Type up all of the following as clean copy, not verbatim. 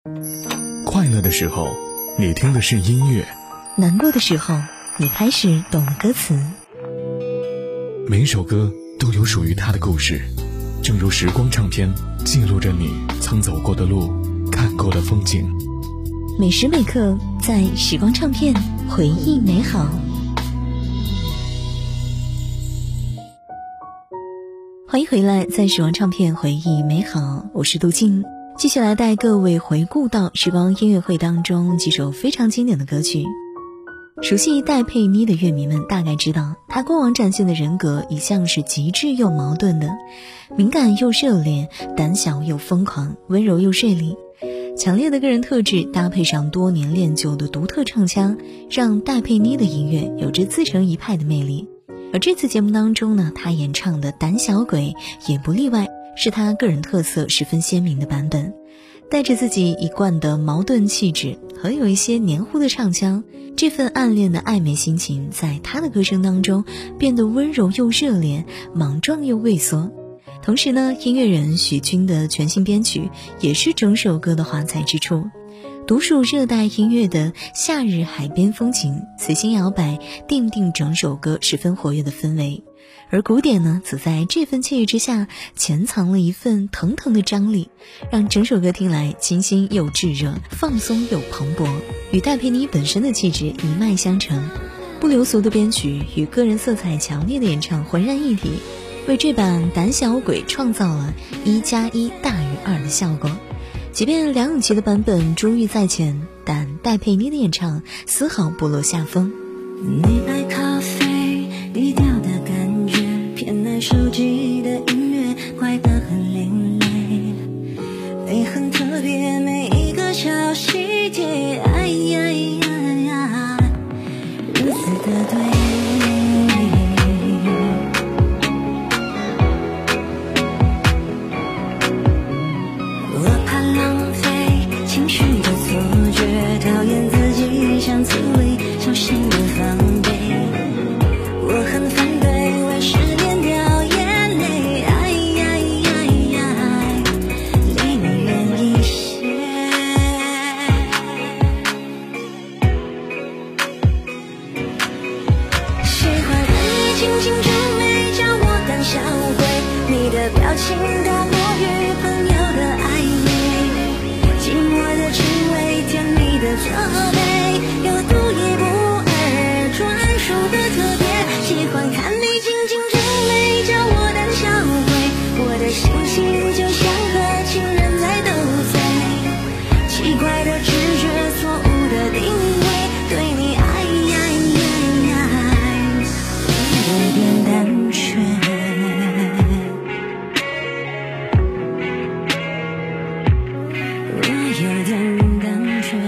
快乐的时候，你听的是音乐； 难过的时候，你开始懂了歌词。 每一首歌都有属于它的故事，正如时光唱片记录着你曾走过的路，看过的风景。 每时每刻在时光唱片回忆美好。欢迎回来，在时光唱片回忆美好，我是杜静，继续来带各位回顾到时光音乐会当中几首非常经典的歌曲。熟悉戴佩妮的乐迷们大概知道，她过往展现的人格一向是极致又矛盾的，敏感又热烈，胆小又疯狂，温柔又锐利。强烈的个人特质搭配上多年练就的独特唱腔，让戴佩妮的音乐有着自成一派的魅力。而这次节目当中呢，她演唱的《胆小鬼》也不例外，是她个人特色十分鲜明的版本。带着自己一贯的矛盾气质和有一些黏糊的唱腔，这份暗恋的暧昧心情在她的歌声当中变得温柔又热烈，莽撞又畏缩。同时呢，音乐人许君的全新编曲也是整首歌的华彩之处。独属热带音乐的夏日海边风情，随心摇摆，奠定整首歌十分活跃的氛围。而古典呢，则在这份惬意之下潜藏了一份腾腾的张力，让整首歌听来清新又炙热，放松又蓬勃，与戴佩妮本身的气质一脉相承。不流俗的编曲与个人色彩强烈的演唱浑然一体，为这版《胆小鬼》创造了1+1大于2的效果。即便梁咏琪的版本珠玉在前，但戴佩妮的演唱丝毫不落下风。 你爱咖啡低调的感觉，偏爱手机的音乐，快得很另类，你很特别，每一个小细节，哎呀呀呀，如此的对。我怕浪费情绪的错觉，讨厌自己像刺猬，小心的防备。我很反对为失恋掉眼泪，哎呀呀呀，离你远一些。喜欢看你轻轻皱眉，叫我胆小鬼，你的表情大过于朋友的暧昧，寂寞的称谓，甜蜜的责备，有独一无二专属的特别。喜欢看你轻轻皱眉，叫我胆小鬼，我的心情就像和情人在斗嘴，奇怪的直觉，错误的定位，对你爱呀呀呀，有点单纯。有点单纯，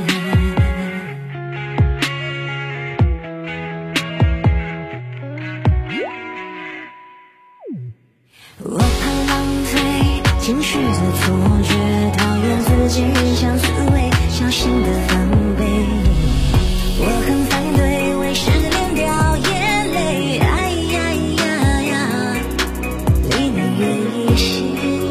我怕浪费情绪的错觉，讨厌自己像刺猬，小心的防备。我很反对为失恋掉眼泪，哎呀呀呀，离你远一些。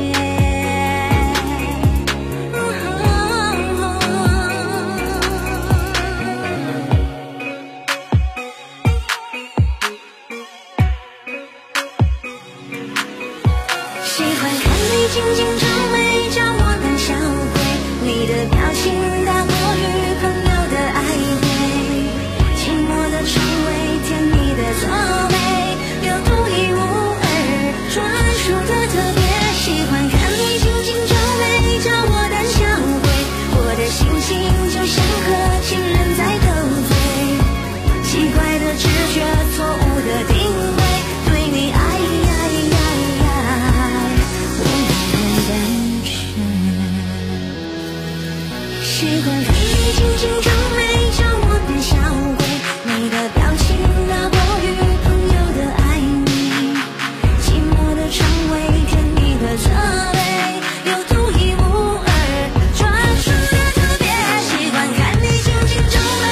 喜欢看你轻轻皱眉，叫我胆小鬼，你的表情大过于朋友的暧昧，寂寞的称谓，甜蜜的责备，有独一无二专属的特别。喜欢看你轻轻皱眉，叫我胆小鬼，我的心情就像和情人在斗嘴，奇怪的直觉，错误的定位，对你爱呀呀呀，我有点单纯。喜欢看你轻轻皱眉，叫我胆小鬼，你的表情大过于朋友的暧昧，寂寞的称谓，甜蜜的责备，有独一无二专属的特别。喜欢看你轻轻皱眉，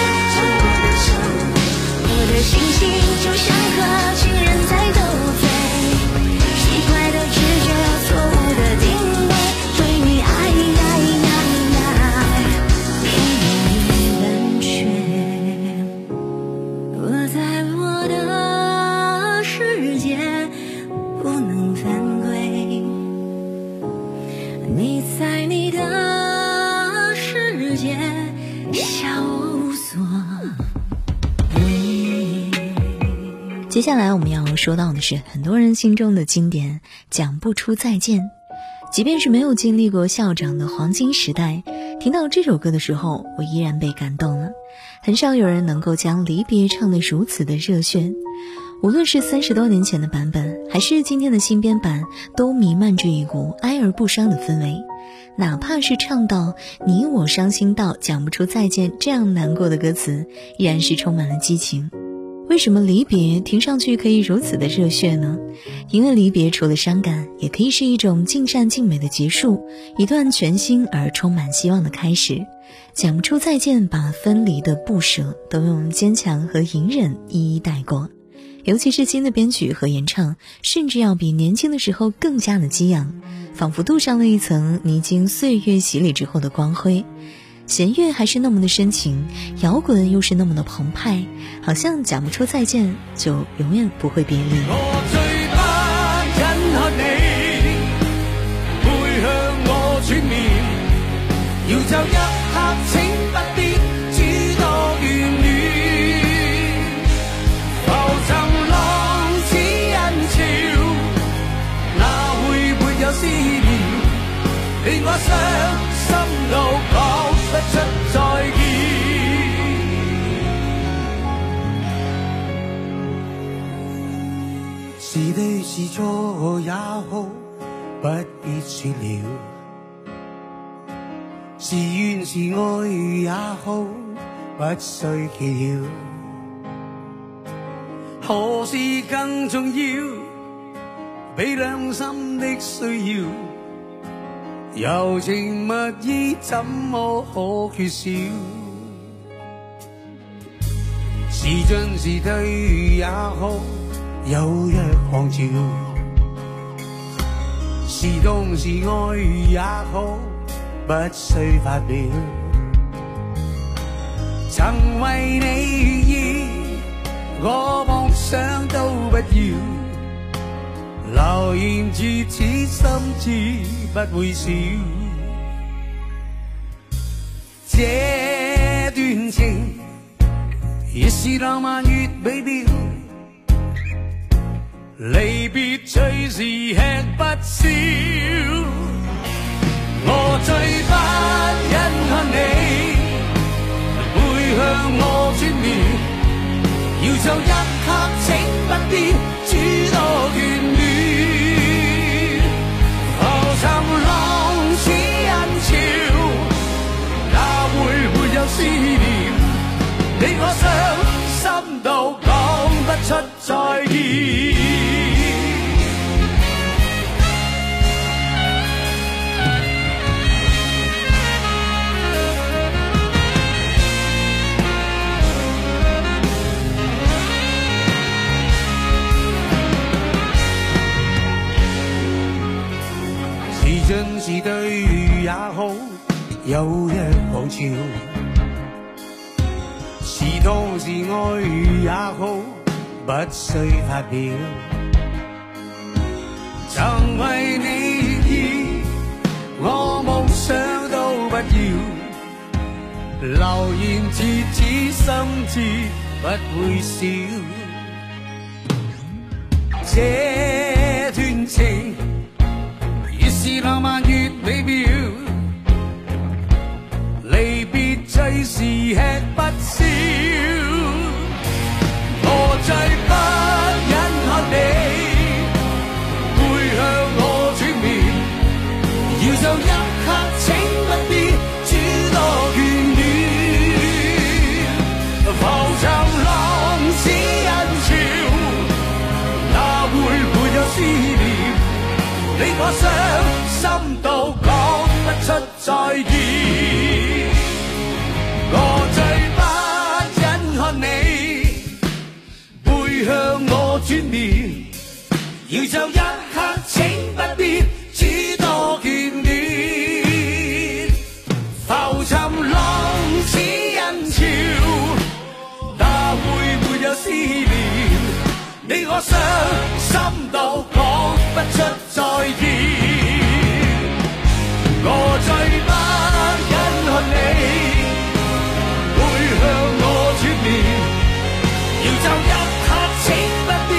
我的心情就像和情人在斗嘴，奇怪的直觉，错误的定位，对你爱呀呀呀， 接下来我们要说到的是很多人心中的经典《讲不出再见》。即便是没有经历过校长的黄金时代，听到这首歌的时候，我依然被感动了。很少有人能够将离别唱得如此的热血，无论是30多年前的版本，还是今天的新编版，都弥漫着一股哀而不伤的氛围。哪怕是唱到你我伤心到讲不出再见这样难过的歌词，依然是充满了激情。为什么离别听上去可以如此的热血呢？因为离别除了伤感，也可以是一种尽善尽美的结束，一段全新而充满希望的开始。讲不出再见，把分离的不舍都用坚强和隐忍一一带过。尤其是新的编曲和演唱，甚至要比年轻的时候更加的激昂，仿佛镀上了一层历经岁月洗礼之后的光辉。弦乐还是那么的深情，摇滚又是那么的澎湃，好像讲不出再见就永远不会别离。 我最不忍看你背向我轉面，搖就一刻請不必諸多眷戀，浮沉浪似人潮，哪會沒有思念，令我傷心到講不出再見。是對是錯也好，不必說了。是怨是愛也好，不需記了。何事更重要？比兩心的需要。柔情蜜意怎麼可缺少？是進是退也好，有約狂潮。是動是愛也好，不需發表。曾為你意，我夢想都不要。流言如此心知不會少，這段情越是浪漫越美妙，離別最是吃不消。我最不忍看你背向我轉面，要就一刻請不必諸多眷戀。思念令我傷心到講不出再見。是進是退也好，有約狂潮。是痛是愛也好，不需發表。曾為你意，我夢想都不要。流言自此心知不會少。這段情越是浪漫越美妙，離別最是吃不消。我最不忍看你背向我轉面，要就一刻請不必諸多眷戀。浮沉浪似人潮，哪會沒有思念，令我傷心到講不出再見。我最不忍看你背向我轉面，要就一刻請不必諸多眷戀。浮沉浪似人潮，哪會沒有思念，令我傷心到講不出再見。我最不忍看你背向我轉面，要就一刻請不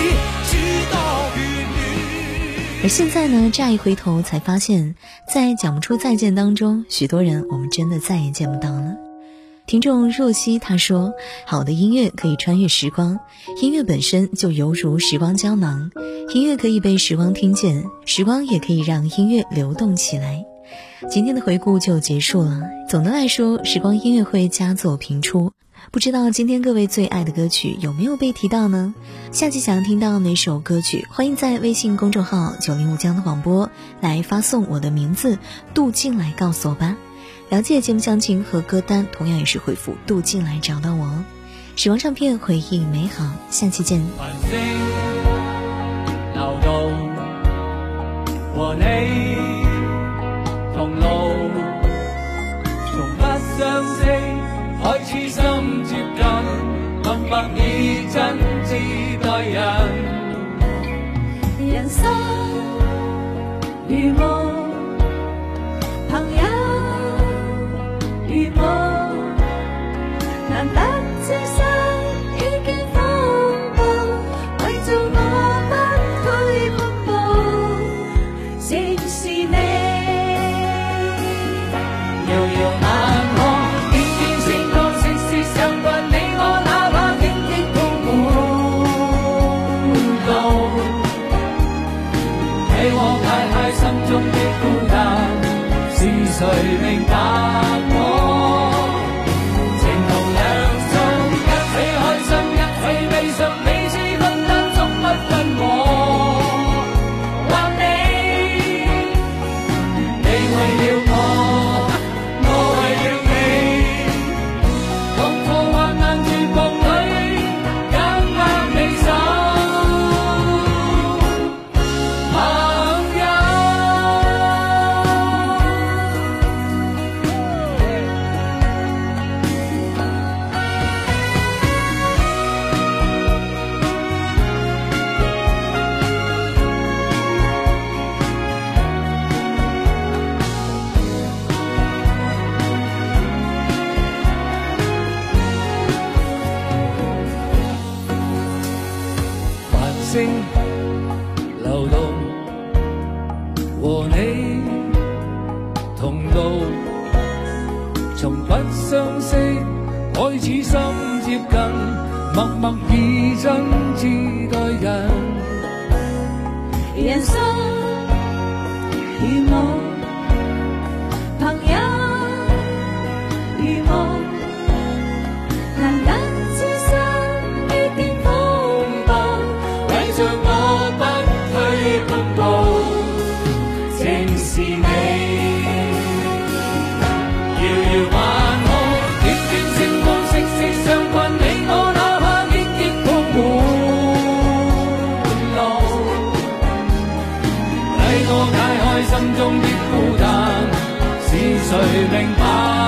而现在呢，乍一回头才发现，在讲不出再见当中，许多人我们真的再也见不到了。听众若曦他说，好的音乐可以穿越时光，音乐本身就犹如时光胶囊，音乐可以被时光听见，时光也可以让音乐流动起来。今天的回顾就结束了。总的来说，时光音乐会佳作频出，不知道今天各位最爱的歌曲有没有被提到呢？下期想要听到哪首歌曲，欢迎在微信公众号905江的广播来发送我的名字杜静来告诉我吧。了解节目详情和歌单，同样也是回复杜静来找到我哦。时光唱片，回忆美好，下期见。 繁星流動，和你同路，從不相識開始心接近，默默以真摯待人。 人生如夢，朋友如夢，難得知心已經風暴，為做我不退半步，正是你。 遙遙眼看，見見星光，息息相關，你我哪怕荊棘鋪滿路，替我解開心中的孤單，是誰明白？星流動，和你同路，從不相識開始心接近，默默以真摯待人。 人生如夢，朋友如夢，難得知心於巔風暴， 為着我不退半步，正是你。遙遙眼看，點點星光息息相關，你我哪怕荊棘鋪滿路，替我解開心中的孤單，是誰明白？